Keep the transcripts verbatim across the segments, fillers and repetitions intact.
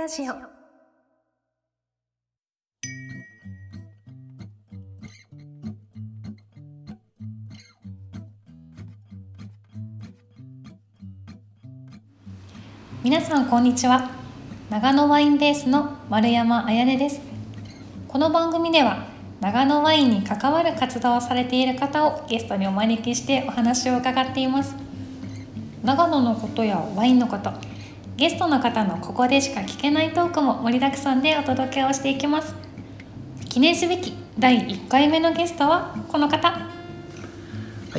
ジオ。皆さんこんにちは。長野ワインベースの丸山彩音です。この番組では長野ワインに関わる活動をされている方をゲストにお招きしてお話を伺っています。長野のことやワインのこと、ゲストの方のここでしか聞けないトークも盛りだくさんでお届けをしていきます。記念すべきだいいっかいめのゲストはこの方。 はい、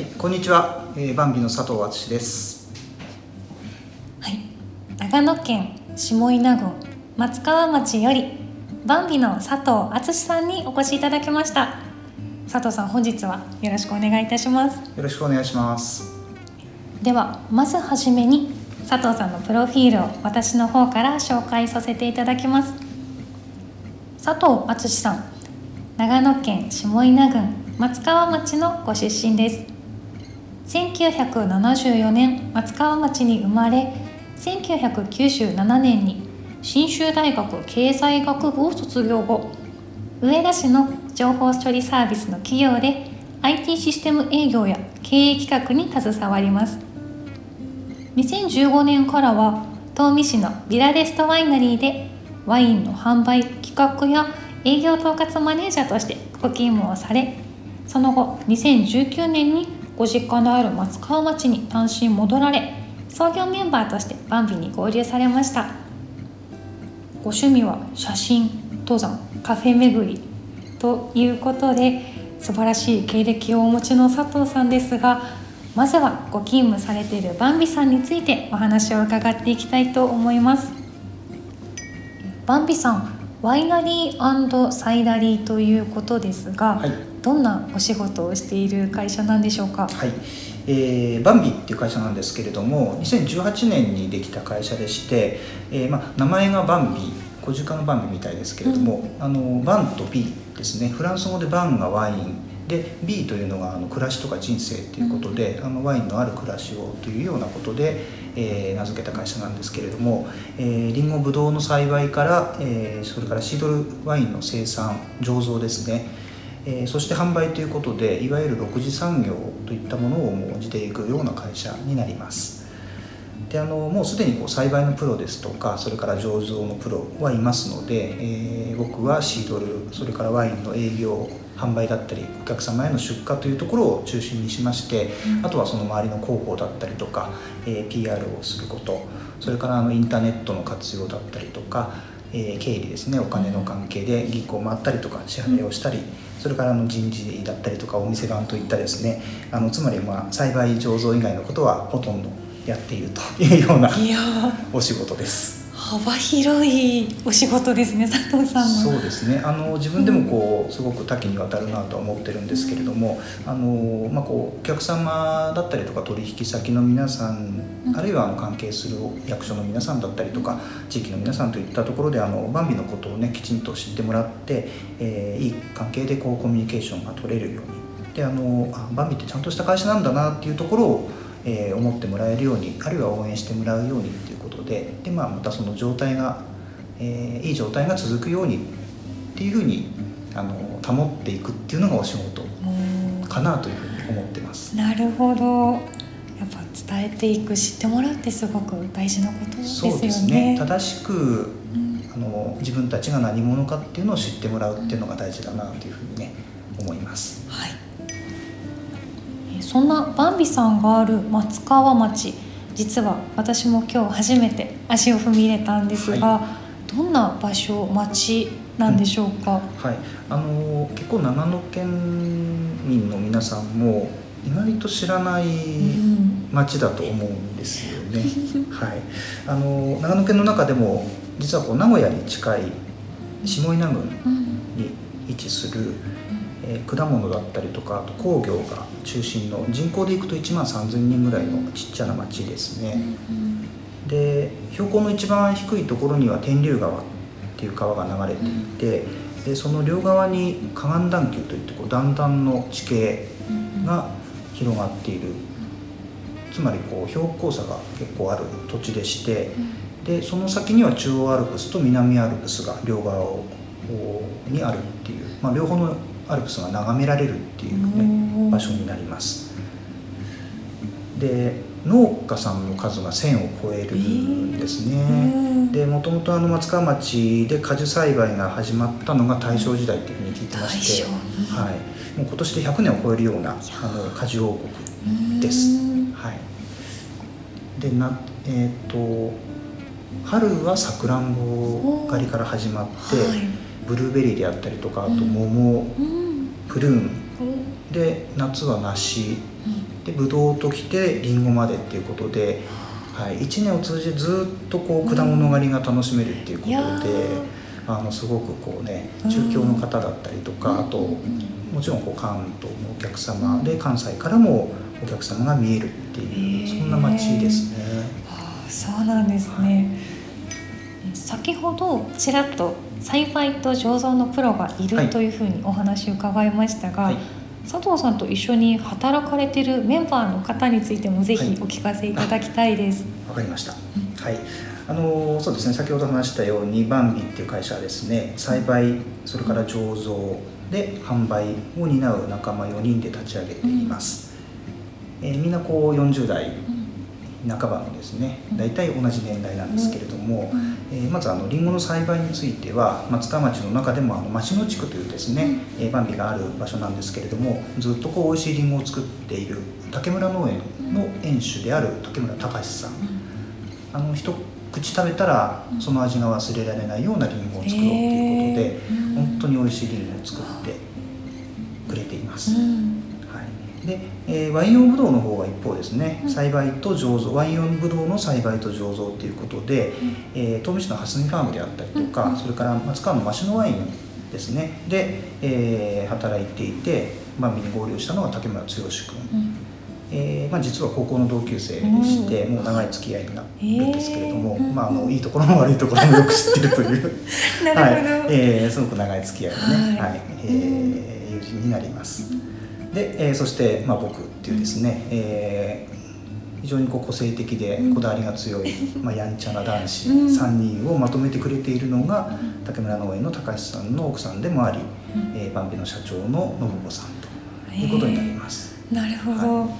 こんにちは、えー、バンビの佐藤敦です。 はい、長野県下稲郡松川町よりバンビの佐藤敦さんにお越しいただきました。佐藤さん、本日はよろしくお願いいたします。 よろしくお願いします。 ではまずはじめに佐藤さんのプロフィールを私の方から紹介させていただきます。佐藤敦さん、長野県下稲郡松川町のご出身です。せんきゅうひゃくななじゅうよねん松川町に生まれ、せんきゅうひゃくきゅうじゅうななねんに信州大学経済学部を卒業後、上田市の情報処理サービスの企業で アイティー システム営業や経営企画に携わります。にせんじゅうごねんからは東御市のビラレストワイナリーでワインの販売企画や営業統括マネージャーとしてご勤務をされ、その後にせんじゅうきゅうねんにご実家のある松川町に単身戻られ、創業メンバーとしてバンビに合流されました。ご趣味は写真、登山、カフェ巡りということで素晴らしい経歴をお持ちの佐藤さんですが、まずはご勤務されているバンビさんについてお話を伺っていきたいと思います。バンビさん、ワイナリー&サイダリーということですが、はい、どんなお仕事をしている会社なんでしょうか。 はい、えー、バンビっていう会社なんですけれども、にせんじゅうはちねんにできた会社でして、えーまあ、名前がバンビ、小鹿のバンビみたいですけれども、うん、あのバンとビですね。フランス語でバンがワインで B というのがあの暮らしとか人生ということで、うん、あのワインのある暮らしをというようなことで、えー、名付けた会社なんですけれども、えー、リンゴブドウの栽培から、えー、それからシードルワインの生産醸造ですね、えー、そして販売ということで、いわゆる六次産業といったものをもうしていくような会社になります。であのもうすでにこう栽培のプロですとか、それから醸造のプロはいますので、えー、僕はシードル、それからワインの営業、販売だったりお客様への出荷というところを中心にしまして、うん、あとはその周りの広報だったりとか、えー、ピーアール をすること、それからあのインターネットの活用だったりとか、えー、経理ですね、お金の関係で銀行を回ったりとか支払いをしたり、うん、それからあの人事だったりとかお店番といったですね、あのつまりまあ栽培醸造以外のことはほとんどやっているというようなお仕事です。 幅広いお仕事ですね、佐藤さんの。 そうですね、あの自分でもこうすごく多岐にわたるなとは思ってるんですけれども、あの、まあ、こうお客様だったりとか取引先の皆さん、うん、あるいはあの関係する役所の皆さんだったりとか地域の皆さんといったところであのバンビのことをねきちんと知ってもらって、えー、いい関係でこうコミュニケーションが取れるように、であのあバンビってちゃんとした会社なんだなっていうところをえー、思ってもらえるように、あるいは応援してもらうようにということで、で、まあ、またその状態が、えー、いい状態が続くようにっていうふうにあの保っていくっていうのがお仕事かなというふうに思ってます。 なるほど。やっぱ伝えていく、知ってもらうってすごく大事なことですよね。 そうですね、正しく、うん、あの自分たちが何者かっていうのを知ってもらうっていうのが大事だなというふうにね思います。 はい。そんなバンビさんがある松川町、実は私も今日初めて足を踏み入れたんですが、はい、どんな場所、町なんでしょうか。 うん、はい、あの結構長野県民の皆さんも意外と知らない町だと思うんですよね。うん、はい、あの長野県の中でも実はこう名古屋に近い下稲郡に位置する、うん、えー、果物だったりとか、あと工業が中心の、人口でいくといちまんさんぜんにんぐらいのちっちゃな町ですね。うん、で標高の一番低いところには天竜川っていう川が流れていて、うん、でその両側に河岸段丘といってこう段々の地形が広がっている、つまりこう標高差が結構ある土地でして、 でその先には中央アルプスと南アルプスが両側をにあるっていう、まあ、両方のアルプスが眺められるっていう、ね、場所になります。で農家さんの数がせんを超えるんですね。でもともと松川町で果樹栽培が始まったのが大正時代っていうふうに聞いてまして、はい、もう今年でひゃくねんを超えるようなあの果樹王国です。はい、でな、えー、と春はさくらんぼ狩りから始まって、はい、ブルーベリーであったりとか、あと桃、うん、プルーンで、夏は梨でブドウときてリンゴまでっていうことで、はい、いちねんを通じてずっとこう果物狩りが楽しめるっていうことで、あのすごくこうね、中京の方だったりとか、あともちろんこう関東のお客様で関西からもお客様が見えるっていう、そんな街ですね。 はあ、そうなんですね。はい、先ほどちらっと栽培と醸造のプロがいるというふうにお話を伺いましたが、はいはい、佐藤さんと一緒に働かれているメンバーの方についてもぜひお聞かせいただきたいです。 わ、はい、かりました。うん、はい、あのそうですね、先ほど話したようにバンビっていう会社はですね、栽培それから醸造で販売を担う仲間よにんで立ち上げています。うん、えー、みんなこうよんじゅうだい半ばのですね、大体同じ年代なんですけれども、うん、えー、まずあのリンゴの栽培については松川町の中でもあの町野地区というですね、うん、えー、バンビがある場所なんですけれども、ずっとこう美味しいリンゴを作っている竹村農園の園主である竹村隆さん、うん、あの一口食べたらその味が忘れられないようなリンゴを作ろうということで、うん、本当に美味しいリンゴを作ってくれています。うん、で、えー、ワイン用ブドウの方は一方ですね、うん、栽培と醸造、ワイン用ブドウの栽培と醸造ということで、うん、えー、東御市の蓮見ファームであったりとか、うん、それから松川のマシュノワインですねで、えー、働いていて、バンビに合流したのが竹村剛君、うん、えーまあ、実は高校の同級生でして、うん、もう長い付き合いになるんですけれども、えーまあ、あのいいところも悪いところもよく知ってるというなるほど、はい、えー、すごく長い付き合いのね、はいはい、えー、友人になります。で、えー、そして、まあ、僕っていうですね、えー、非常にこう個性的でこだわりが強い、まあ、やんちゃな男子さんにんをまとめてくれているのが竹村農園の高橋さんの奥さんでもあり、えー、バンビの社長の信子さんということになります。 えー、なるほど、はい、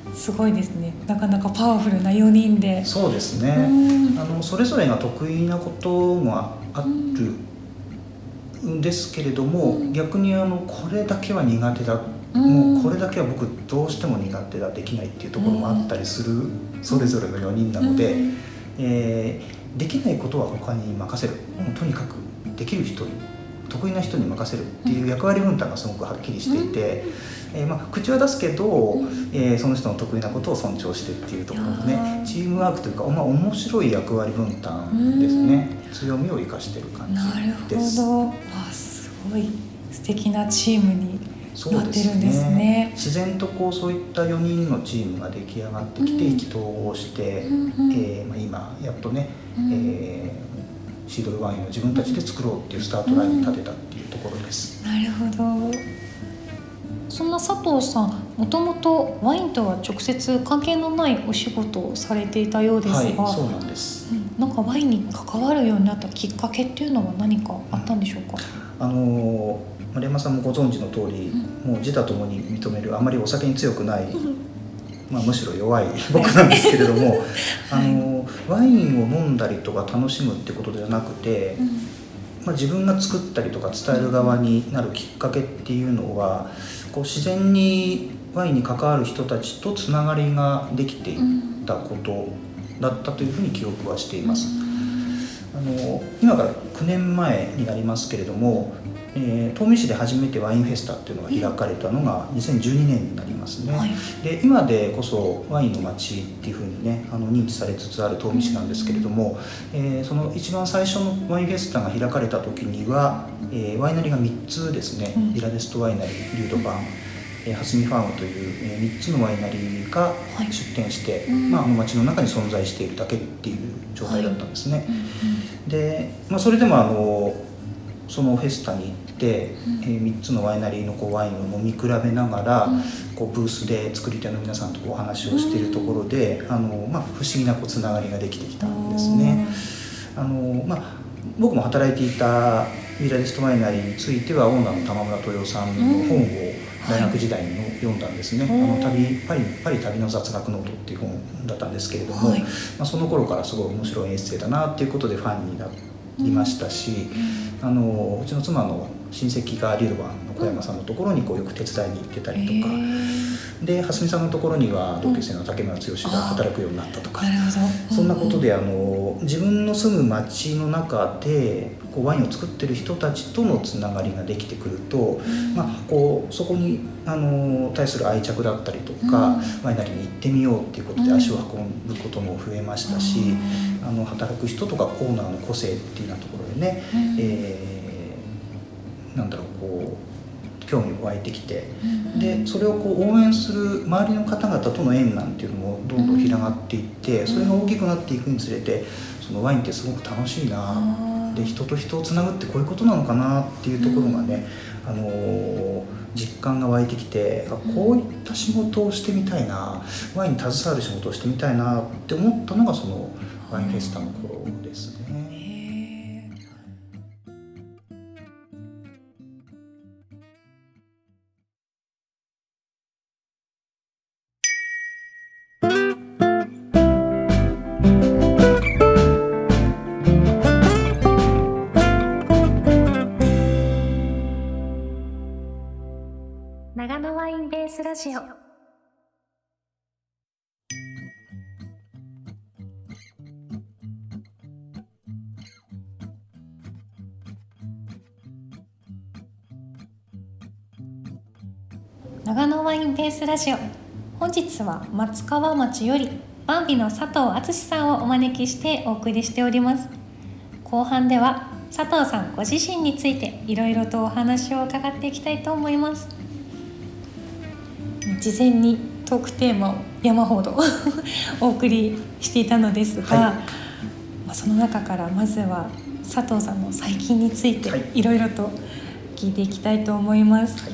すごいですね。なかなかパワフルなよにんで。 そうですね、あのそれぞれが得意なことがあるんですけれども、逆にあのこれだけは苦手だ、もうこれだけは僕どうしても苦手だ、できないっていうところもあったりする、それぞれのよにんなので、えー、できないことは他に任せる、もうとにかくできる人に、得意な人に任せるっていう役割分担がすごくはっきりしていて、えーまあ、口は出すけど、えー、その人の得意なことを尊重してっていうところのね、チームワークというか、まあ、面白い役割分担ですね。強みを生かしてる感じです。 なるほど、あ、すごい素敵なチームになってるんですね。 自然とこうそういったよにんのチームが出来上がってきて、意気投合して、うん、えーまあ、今やっとね、うん、えー、シードルワインを自分たちで作ろうっていうスタートラインに立てたっていうところです。 うん、なるほど。そんな佐藤さん、もともとワインとは直接関係のないお仕事をされていたようですが、 はい、そうなんです。 うん、なんかワインに関わるようになったきっかけっていうのは何かあったんでしょうか。 うん、あの丸山さんもご存知の通り、うん、もう自他ともに認めるあまりお酒に強くない、まあ、むしろ弱い僕なんですけれども、はい、あのワインを飲んだりとか楽しむってことじゃなくて、うん、まあ、自分が作ったりとか伝える側になるきっかけっていうのは、こう自然にワインに関わる人たちとつながりができていったことだったというふうに記憶はしています。あの今からきゅうねんまえになりますけれども、えー、東御市で初めてワインフェスタっていうのが開かれたのがにせんじゅうにねんになりますね。はい、で今でこそワインの街っていうふうにね、あの認知されつつある東御市なんですけれども、えー、その一番最初のワインフェスタが開かれた時には、えー、ワイナリーがみっつですね、うん、ビラデストワイナリー、リュードバン、えー、ハスミファームという、えー、みっつのワイナリーが出店して、はい、まあ、あの街の中に存在しているだけっていう状態だったんですね。はい、で、まあ、それでもあのそのフェスタに行って、うんえー、みっつのワイナリーのこうワインを飲み比べながら、うん、こうブースで作り手の皆さんとこうお話をしているところで、うんあのまあ、不思議なこうつながりができてきたんですね。あの、まあ、僕も働いていたビラディストワイナリーについてはオーナーの玉村豊さんの本を大学時代に読んだんですね、はい、あの旅パリ、パリ旅の雑学ノートっていう本だったんですけれども、はいまあ、その頃からすごい面白いエッセイだなっていうことでファンになりましたし、うん、あのうちの妻の親戚がリルバンの小山さんのところにこうよく手伝いに行ってたりとか、で蓮見さんのところには同級生の竹村剛が働くようになったとか、うん、そんなことであの自分の住む町の中でこうワインを作ってる人たちとのつながりができてくると、うんまあ、こうそこにあの対する愛着だったりとか、うん、ワイナリーに行ってみようっていうことで足を運ぶことも増えましたし、うん、あの働く人とかオーナーの個性っていうようなところでね、うんえー、なんだろうこう興味が湧いてきて、うん、でそれをこう応援する周りの方々との縁なんていうのもどんどん広がっていって、うん、それが大きくなっていくにつれてそのワインってすごく楽しいな、で人と人をつなぐってこういうことなのかなっていうところがね、うん、あのー、実感が湧いてきて、あこういった仕事をしてみたいな、ワインに携わる仕事をしてみたいなって思ったのがそのワインフェスタの頃ですね。 長野ワインベースラジオ。長野ワインベースラジオ、本日は松川町よりバンビの佐藤敦さんをお招きしてお送りしております。後半では佐藤さんご自身についていろいろとお話を伺っていきたいと思います。事前にトークテーマを山ほどお送りしていたのですが、はいまあ、その中からまずは佐藤さんの最近についていろいろと聞いていきたいと思います、はい、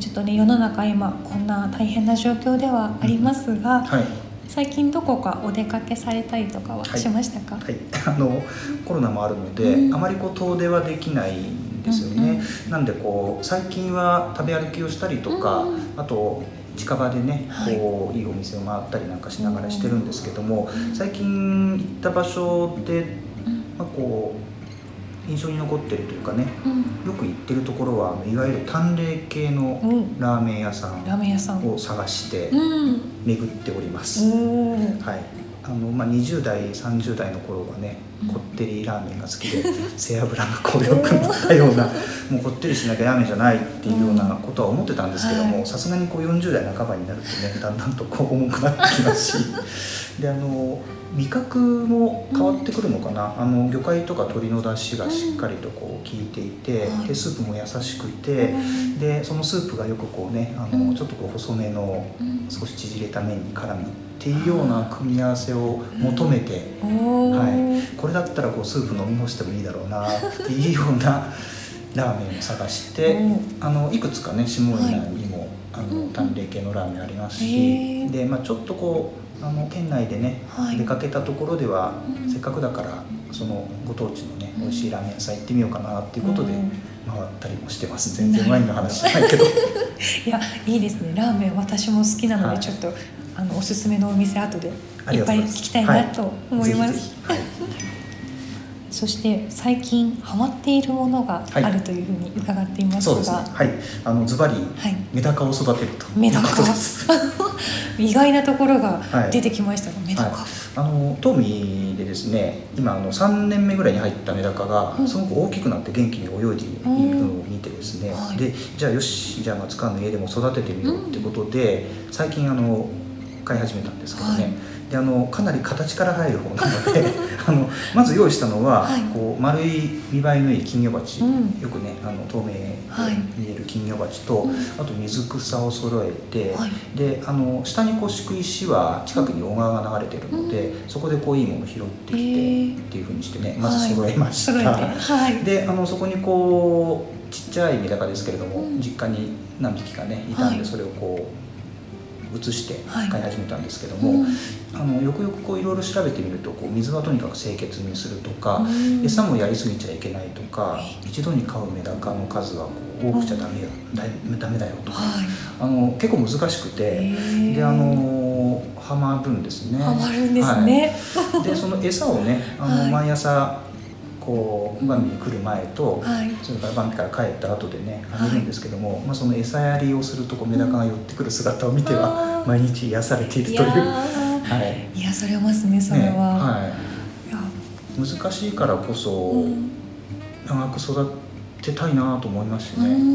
ちょっとね世の中今こんな大変な状況ではありますが、はい、最近どこかお出かけされたりとかはしましたか？ はいはい、あのコロナもあるので、うん、あまりこう遠出はできないんですよね、うんうん、なんでこう最近は食べ歩きをしたりとか、うん、あと近場でねこういいお店を回ったりなんかしながらしてるんですけども、最近行った場所で、まあ、こう印象に残ってるというかね、よく行ってるところはいわゆる淡麗系のラーメン屋さんを探して巡っております、はいあのまあ、にじゅう代さんじゅう代の頃はねこってりラーメンが好きで背脂がこうよくなったようなもうこってりしなきゃラーメンじゃないっていうようなことは思ってたんですけども、さすがにこうよんじゅう代半ばになるとねだんだんとこう重くなってきますしであの味覚も変わってくるのかな、あの魚介とか鶏の出汁がしっかりとこう効いていて、でスープも優しくて、でそのスープがよくこうねあのちょっとこう細めの少し縮れた麺に絡むっていうような組み合わせを求めて、はい、これだったらこうスープ飲み干してもいいだろうなっていうようなラーメンを探してあのいくつかね下仁田にも、はい、あの淡麗系のラーメンありますし、で、まあ、ちょっとこうあの県内でね、はい、出かけたところでは、うん、せっかくだからそのご当地のね美味しいラーメン屋さん行ってみようかなっていうことで回ったりもしてます。全然ワインの話じゃないけどいやいいですね。ラーメン私も好きなので、はい、ちょっとあのおすすめのお店後でいっぱい聞きたいなと思います。はい、そして最近ハマっているものがあるというふうに伺っていますが、はい、そうですね。 はい、あのズバリメダカを育てるとメダカ意外なところが出てきましたが、はい、メダカ、はい、 あのトミーでですね今あのさんねんめぐらいに入ったメダカがすごく大きくなって元気に泳いでいるのを見てですね、うん、でじゃあよしじゃあ松川の家でも育ててみようってことで、うん、最近あの飼い始めたんですけどね、はい、 であのかなり形から入る方なのであのまず用意したのは、はい、こう丸い見栄えのいい金魚鉢、うん、よくねあの透明で見える金魚鉢と、はい、あと水草を揃えて、はい、であの下にこう敷く石は近くに小川が流れてるので、うん、そこでこういいものを拾ってきて、えー、っていうふうにしてねまず揃えました、はい、であのそこにこうちっちゃいメダカですけれども、うん、実家に何匹かねいたんで、はい、それをこう移して飼い始めたんですけども、はいうん、あのよくよくこういろいろ調べてみるとこう水はとにかく清潔にするとか、うん、餌もやりすぎちゃいけないとか、一度に飼うメダカの数はこう多くちゃダメよ、うん、だダメだよとか、はい、あの結構難しくてであのハマるんですね。 ハマるんですね、 はい、でその餌をねあの、はい、毎朝こうバンビに来る前と、はい、それからバンビから帰った後でねあげるんですけども、はいまあ、その餌やりをするとこうメダカが寄ってくる姿を見ては、うん、毎日癒されているという、 はい、癒されますねそれは、ねはい、 いや難しいからこそ、うん、長く育てたいなと思いますしね、うんうん、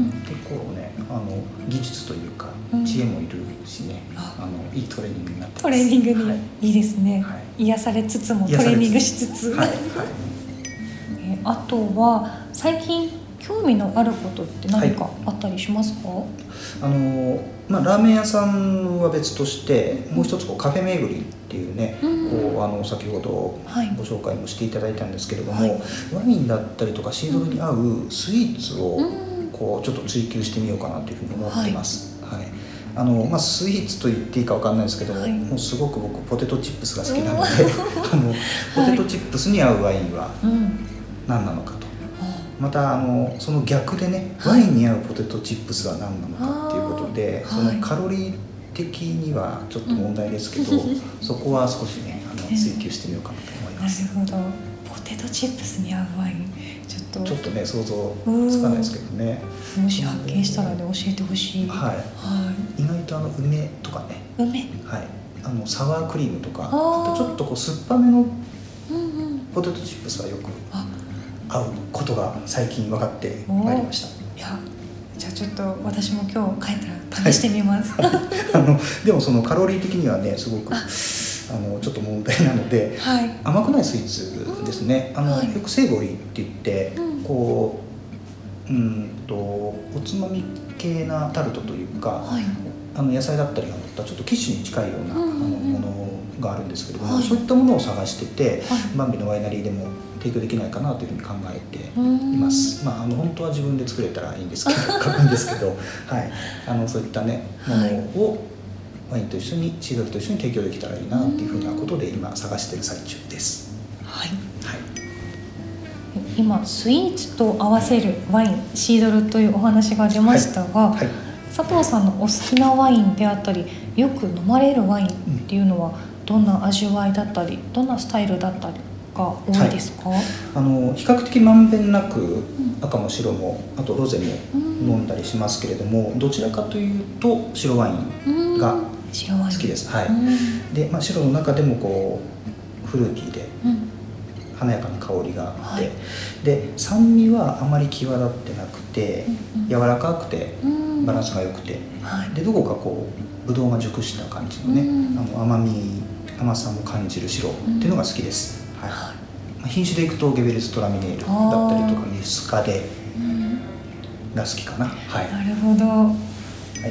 結構ねあの技術というか知恵もいるしね、うん、あのいいトレーニングになってます。 トレーニングに、はい、いいですね、はい、癒されつつもトレーニングしつつ、はいはいあとは最近興味のあることって何かあったりしますか？はい、 あのまあ、ラーメン屋さんは別としてもう一つこうカフェ巡りっていうね、うん、こうあの先ほどご紹介もしていただいたんですけれども、はい、ワインだったりとかシードルに合うスイーツをこうちょっと追求してみようかなというふうに思ってます。はいはい、あのまあ、スイーツと言っていいか分かんないですけど、はい、もうすごく僕ポテトチップスが好きなのであのポテトチップスに合うワインは、うん何なのかと、またあのその逆でね、はい、ワインに合うポテトチップスは何なのかっていうことで、そのカロリー的にはちょっと問題ですけど、うん、そこは少しねあの追求してみようかなと思います。 なるほど。ポテトチップスに合うワインちょっとちょっとね想像つかないですけどね。 もし発見したらね教えてほしい。 はい、はい、意外とあの梅とかね、 梅、 はい、あのサワークリームとか、あとちょっとこう酸っぱめのポテトチップスはよく合うことが最近分かってまいりました。 いや、じゃあちょっと私も今日帰ったら試してみます。 はい、あのでもそのカロリー的にはねすごくあのちょっと問題なので、はい、甘くないスイーツですね。うん、あの、はい、よくセイボリーって言って、うん、こううんとおつまみ系なタルトというか、はい、あの野菜だったりが乗ったちょっとキッシュに近いような、うんうんうん、あのものがあるんですけれども、はい、そういったものを探してて、はい、バンビのワイナリーでも提供できないかなというふうに考えています。まあ、あの本当は自分で作れたらいいんですけど、買うんですけど、はい、あのそういったねものをワインと一緒にシードルと一緒に提供できたらいいなというふうなことで今探している最中です。 はい。はい。今スイーツと合わせるワインシードルというお話が出ましたが、はいはい、佐藤さんのお好きなワインであったり、よく飲まれるワインっていうのはどんな味わいだったり、どんなスタイルだったりが多いですか？はい、あの比較的まんべんなく赤も白もあとロゼも飲んだりしますけれども、うん、どちらかというと白ワインが好きです。はい。で、まあ、白の中でもこうフルーティーで華やかな香りがあって、はい、で酸味はあまり際立ってなくて、うんうん、柔らかくてバランスが良くて、はい、でどこかこうブドウが熟した感じのね、うん、あの甘み甘さも感じる白っていうのが好きです。はい、品種でいくとゲベルストラミネールだったりとかミスカデが好きかな。はい、 なるほど。はい、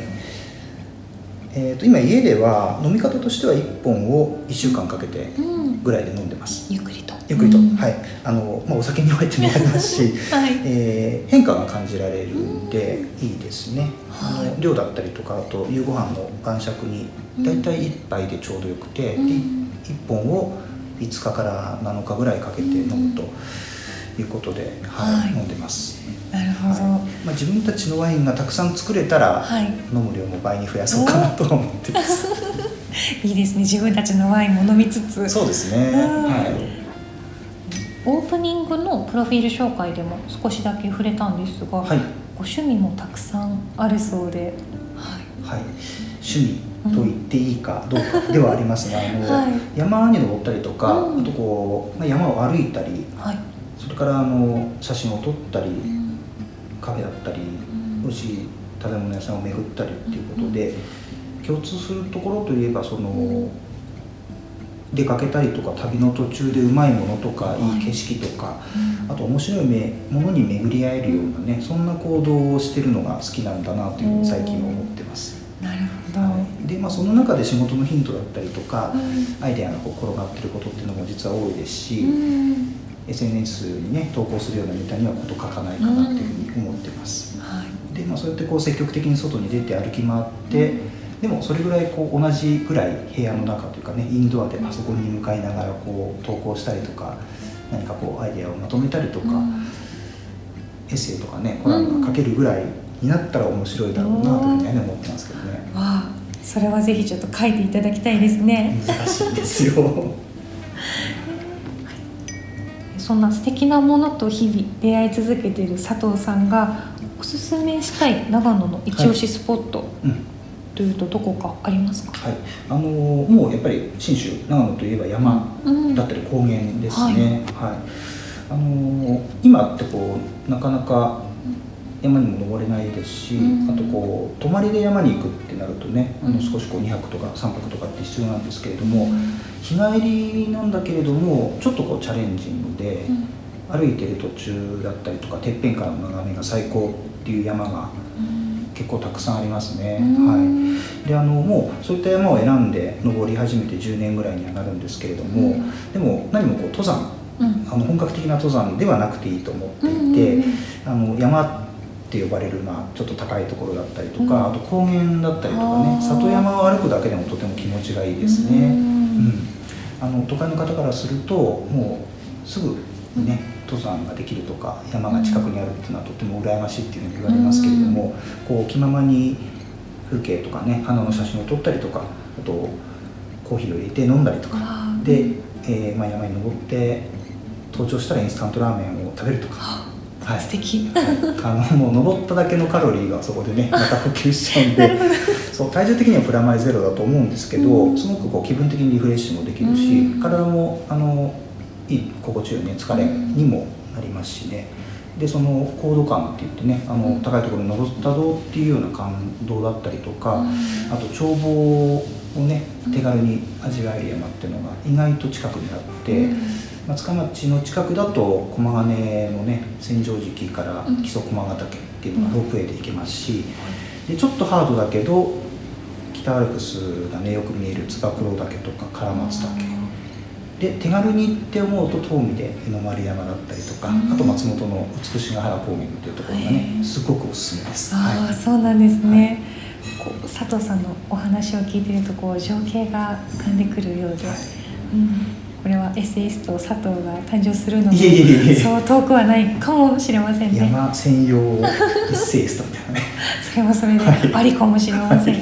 えー、と今家では飲み方としてはいっぽんをいっしゅうかんかけてぐらいで飲んでます。 うん、ゆっくりとゆっくりと、うん、はい、あのまあ、お酒に入ってもありますし、はい、えー、変化が感じられるんでいいですね。あの量だったりとか、あと夕ご飯の晩酌にだいたいいっぱいでちょうどよくて、うん、でいっぽんをいつかからなのかぐらいかけて飲むということで、はいはい、飲んでます。 なるほど。はい、 まあ、自分たちのワインがたくさん作れたら、はい、飲む量も倍に増やそうかなと思ってます。 いいですね。自分たちのワインも飲みつつ。 そうですね。はい。 オープニングのプロフィール紹介でも少しだけ触れたんですが、はい、ご趣味もたくさんあるそうで、 はいはい、趣味と言っていいかどうかではありますが、あのはい、山に登ったりとか、うん、あとこう山を歩いたり、はい、それからあの写真を撮ったり、うん、カフェだったり、うん、美味しい食べ物屋さんを巡ったりっていうことで、うん、共通するところといえばその、うん、 出かけたりとか旅の途中でうまいものとか、はい、いい景色とか、うん、あと面白いものに巡り合えるようなね、そんな行動をしてるのが好きなんだなというふうに最近は思ってます。 なるほど、 はい、でまあ、その中で仕事のヒントだったりとか、うん、アイデアがこう転がってることっていうのも実は多いですし、うん、エスエヌエス にね投稿するようなネタにはこと書かないかなというふうに思ってます。うん、はい、でまあ、そうやってこう積極的に外に出て歩き回って、うん、でもそれぐらいこう同じぐらい部屋の中というかね、インドアでパソコンに向かいながらこう投稿したりとか、何かこうアイデアをまとめたりとか、うん、エッセイとかねコラムが書けるぐらいになったら面白いだろうなというふうには、ね、思ってますけどね。 わあ、それはぜひちょっと書いていただきたいですね。 難しいですよそんな素敵なものと日々出会い続けている佐藤さんがおすすめしたい長野の一押しスポット、はい、うん、というとどこかありますか？ はい、あのー、もうやっぱり信州長野といえば山だったり高原ですね。うん、はい、はい、あのー、今ってこうなかなか山にも登れないですし、うん、あとこう泊まりで山に行くってなるとね、あの少しこうにはくとかさんぱくとかって必要なんですけれども、うん、日帰りなんだけれどもちょっとこうチャレンジングで、うん、歩いてる途中だったりとかてっぺんからの眺めが最高っていう山が結構たくさんありますね。うん、はい、であのもうそういった山を選んで登り始めてじゅうねんぐらいにはなるんですけれども、うん、でも何もこう登山、うん、あの本格的な登山ではなくていいと思っていて、うんうんうん、あの山って呼ばれる、まあ、ちょっと高いところだったりとか、うん、あと高原だったりとかね、里山を歩くだけでもとても気持ちがいいですね。うん、うん、あの都会の方からするともうすぐね、登山ができるとか山が近くにあるっていうのはとても羨ましいっていうふうに言われますけれども、うん、こう気ままに風景とかね花の写真を撮ったりとか、あとコーヒーを入れて飲んだりとかで、えーまあ、山に登って登頂したらインスタントラーメンを食べるとか。 はい、素敵、 はい、あのもう登っただけのカロリーがそこでねまた補給しちゃうんでそう体重的にはプラマイゼロだと思うんですけど、うん、すごくこう気分的にリフレッシュもできるし、うん、体もあのいい心地よい、ね、疲れにもなりますしね。でその高度感っていってね、あの高いところに登ったぞっていうような感動だったりとか、うん、あと眺望をね手軽に味わえる山っていうのが意外と近くにあって、うん、松川町の近くだと駒ヶ根のね千畳敷から木曽駒ヶ岳っていうのがロープウェイで行けますし、でちょっとハードだけど北アルプスがねよく見える燕岳とか唐松岳で手軽に行って思うと東御で江ノ丸山だったりとか、あと松本の美しが原高原というところがねすごくおすすめです。 あ、はい、そうなんですね。はい、こう佐藤さんのお話を聞いているとこう情景が浮かんでくるようで、はい、うん、これはエッセイスト佐藤が誕生するのもそう遠くはないかもしれませんね。 山専用エッセイストみたいなねそれもそれでありかもしれません、はい、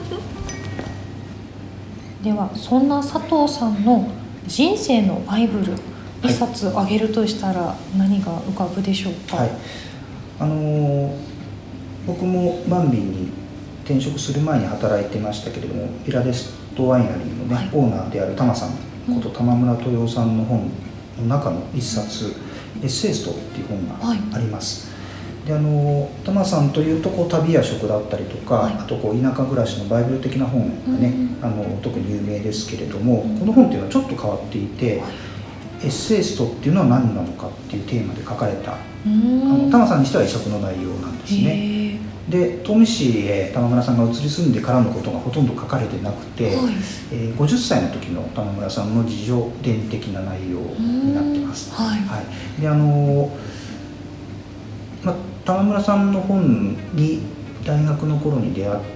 ではそんな佐藤さんの人生のバイブル一冊あげるとしたら何が浮かぶでしょうか？はい、 あのー、僕もバンビに転職する前に働いてましたけれども、ピラデストワイナリーの、ね、はい、オーナーである玉さんこと玉村豊夫さんの本の中の一冊、エッセイストっていう本があります。はい、であの玉さんというとこう旅や食だったりとか、はい、あとこう田舎暮らしのバイブル的な本がね、うん、あの特に有名ですけれども、うん、この本っていうのはちょっと変わっていて、はい、エッセイストっていうのは何なのかっていうテーマで書かれた、うん、あの玉さんにしては異色の内容なんですね。で東御市へ玉村さんが移り住んでからのことがほとんど書かれてなくて、はい、えー、ごじゅっさいの時の玉村さんの自叙伝的な内容になってます。はいはい、であのま、玉村さんの本に大学の頃に出会って、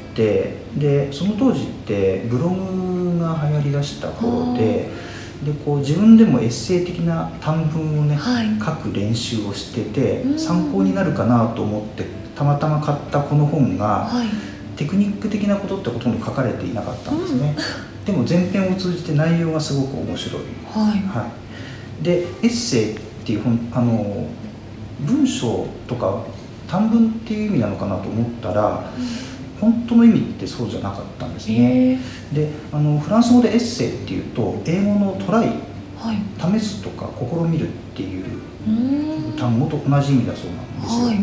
でその当時ってブログが流行りだした頃で、でこう自分でもエッセイ的な短文をね、はい、書く練習をしてて参考になるかなと思ってたまたま買ったこの本が、はい、テクニック的なことってほとんど書かれていなかったんですね。うん、でも前編を通じて内容がすごく面白い。はいはい、でエッセイっていう本、あの文章とか短文っていう意味なのかなと思ったら、うん、本当の意味ってそうじゃなかったんですね。であのフランス語でエッセイっていうと英語のトライ、はい、試すとか試みるっていう単語と同じ意味だそうなんですよ。はい、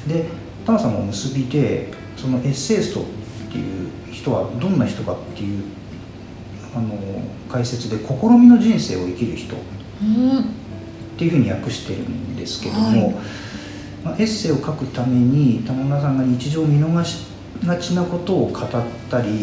で玉さんも結びでそのエッセイストっていう人はどんな人かっていうあの解説で試みの人生を生きる人っていうふうに訳してるんですけども、はい、まあ、エッセイを書くために玉村さんが日常見逃しがちなことを語ったり、うん、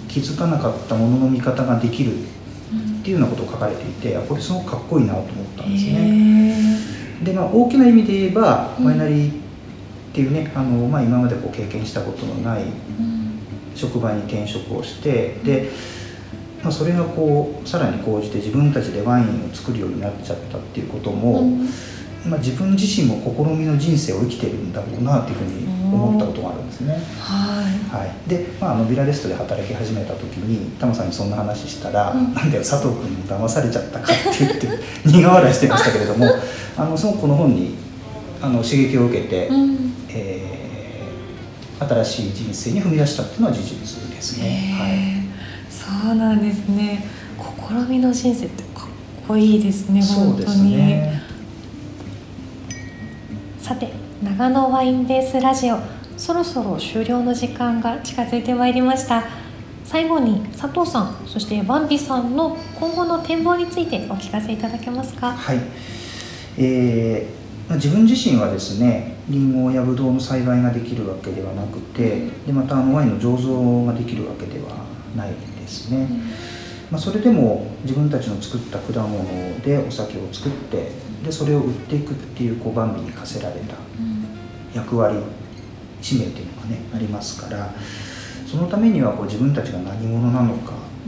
気づかなかったものの見方ができるっていうようなことを書かれていて、これすごくかっこいいなと思ったんですね。で、まあ、大きな意味で言えば、ワイナリーっていうね、あの、まあ、今までこう経験したことのない職場に転職をして、で、まあ、それがこうさらに講じて自分たちでワインを作るようになっちゃったっていうことも、うん、まあ、自分自身も試みの人生を生きてるんだろうなっていうふうに思ったことがあるんですね。はいはい、で、まあ、あのビラレストで働き始めた時にタマさんにそんな話したら、うん、なんだよ佐藤君に騙されちゃったかって言って苦笑いしてましたけれどもあのすごくこの本にあの刺激を受けて、うん、えー、新しい人生に踏み出したっていうのは事実ですね。はい、 そうなんですね。試みの人生ってかっこいいですね。本当に。そうですね。さて、長野ワインベースラジオ、そろそろ終了の時間が近づいてまいりました。最後に佐藤さん、そしてバンビさんの今後の展望についてお聞かせいただけますか。 はい、えー、自分自身はですね、リンゴやブドウの栽培ができるわけではなくて、でまたあのワインの醸造ができるわけではないですね。うん、まあ、それでも自分たちの作った果物でお酒を作って、でそれを売っていくっていう、こうバンビに課せられた役割、使命というのがねありますから、そのためにはこう自分たちが何者なのか、うん、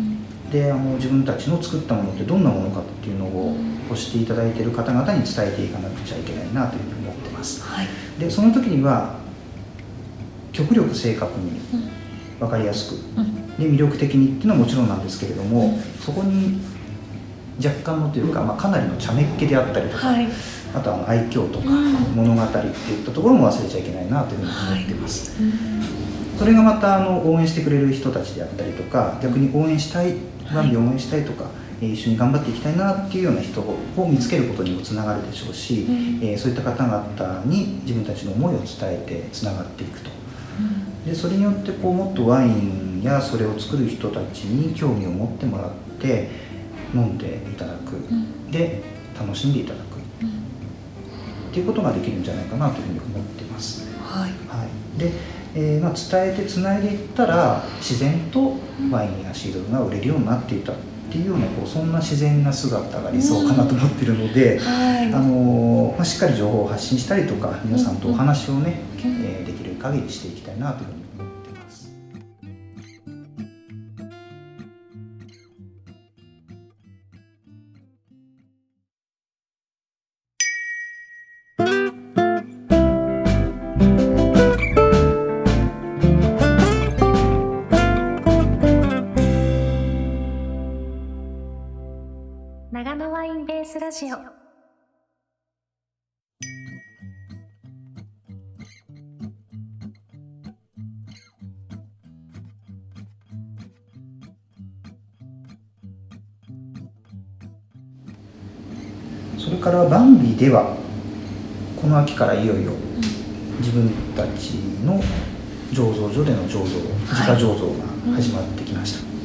であの自分たちの作ったものってどんなものかっていうのを欲していただいている方々に伝えていかなくちゃいけないなというふうに思ってます。はい、でその時には極力正確に分かりやすく、うん、で魅力的にっていうのはもちろんなんですけれども、うん、そこに若干のというか、まあ、かなりの茶目っ気であったりとか、はい、あとはあの愛嬌とか物語っていったところも忘れちゃいけないなというふうに思っています。はい、それがまたあの応援してくれる人たちであったりとか、逆に応援したい、バンビを応援したいとか、はい、一緒に頑張っていきたいなっていうような人を見つけることにもつながるでしょうし、うん、えー、そういった方々に自分たちの思いを伝えてつながっていくと。うん、でそれによってこうもっとワインやそれを作る人たちに興味を持ってもらって飲んでいただく、うん、で楽しんでいただく、うん、っていうことができるんじゃないかなというふうに思っています。はいはい、で、えーまあ、伝えてつないでいったら自然とワインやシードルが売れるようになっていたっていうような、こうそんな自然な姿が理想かなと思っているので、うん、はい、あのまあ、しっかり情報を発信したりとか皆さんとお話をね、うんうん、えー、できる限りしていきたいなというふうに思っています。 長野ワインベースラジオ。 それからバンビではこの秋からいよいよ自分たちの醸造所での醸造、自家醸造が始まってきました。はい、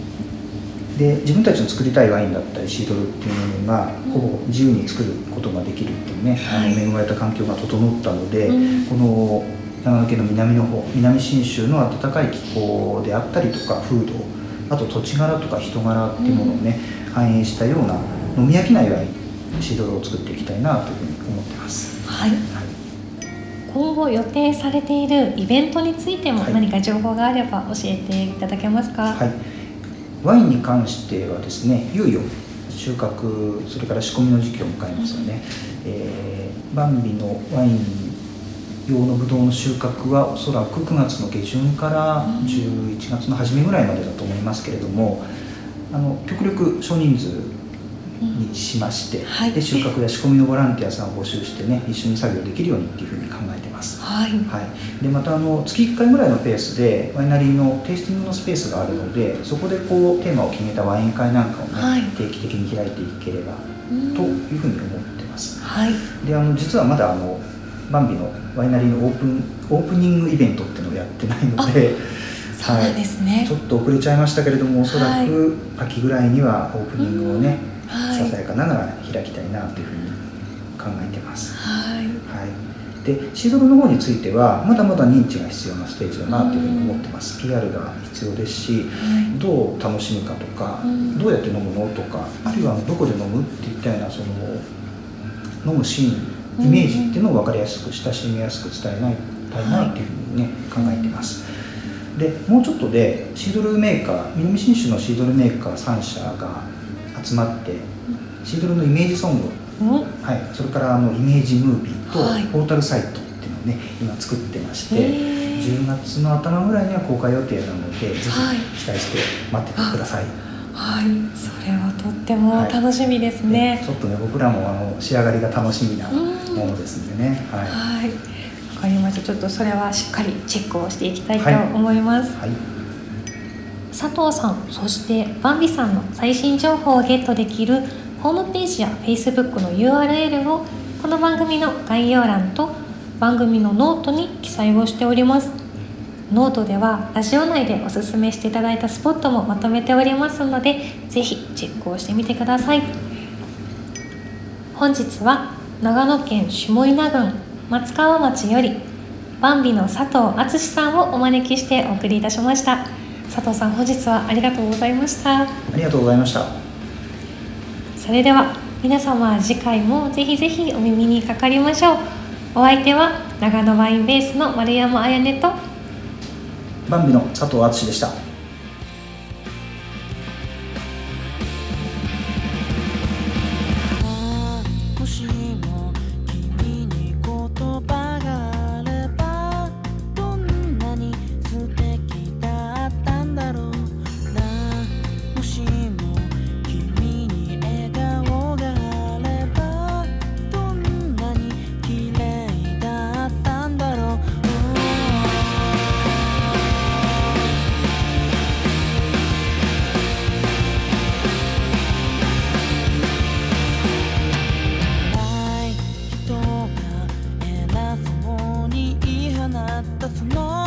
で自分たちの作りたいワインだったりシードルっていうものがほぼ自由に作ることができるっていうね、はい、あの恵まれた環境が整ったので、うん、この長野県の南の方、南信州の暖かい気候であったりとか風土、あと土地柄とか人柄っていうものをね、うん、反映したような飲み飽きないワイン、シードルを作っていきたいなというふうに思ってます。はい、はい、 今後予定されているイベントについても何か情報があれば教えていただけますか。 はい、ワインに関してはですね、いよいよ収穫、それから仕込みの時期を迎えますよね。うん、えー、バンビのワイン用のブドウの収穫はおそらくくがつの下旬からじゅういちがつの初めぐらいまでだと思いますけれども、あの極力少人数にしまして、うん、はい、で収穫や仕込みのボランティアさんを募集してね、一緒に作業できるようにっていうふうに考えてます。はい、はい、でまたあの月いっかいぐらいのペースでワイナリーのテイスティングのスペースがあるので、そこでこうテーマを決めたワイン会なんかをね、はい、定期的に開いていければというふうに思ってます。はい、であの実はまだあのバンビのワイナリーのオープンオープニングイベントっていうのをやってないので、 そうですね、 はい、ちょっと遅れちゃいましたけれども、おそらく秋ぐらいにはオープニングをね、はい、ささやかながら開きたいなというふうに考えてます。 はい、 はい、でシードルの方についてはまだまだ認知が必要なステージだなというふうに思ってます。 ピーアール が必要ですし、はい、どう楽しむかとか、どうやって飲むのとか、あるいはどこで飲むっていったようなその飲むシーン、イメージっていうのを分かりやすく親しみやすく伝えないたいなっていうふうにね、はい、考えてます。でもうちょっとでシードルメーカー、南信州のシードルメーカーさん社が集まってシードルのイメージソング、はい、それからあのイメージムービーとポータルサイトっていうのをね今作ってまして、じゅうがつの頭ぐらいには公開予定なので、ぜひ期待して待っててください。 はい、それはとっても楽しみですね。 はい、ちょっとね僕らもあの仕上がりが楽しみなものですんでね。はい。 はい、わかりました。ちょっとそれはしっかりチェックをしていきたいと思います。はいはい、佐藤さん、そしてバンビさんの最新情報をゲットできるホームページや Facebook の ユーアールエル をこの番組の概要欄と番組のノートに記載をしております。ノートではラジオ内でおすすめしていただいたスポットもまとめておりますので、ぜひチェックをしてみてください。本日は長野県下伊那郡松川町よりバンビの佐藤敦さんをお招きしてお送りいたしました。佐藤さん、本日はありがとうございました。 ありがとうございました。 それでは皆様、次回もぜひぜひお耳にかかりましょう。お相手は長野ワインベースの丸山彩音とバンビの佐藤敦でした。 その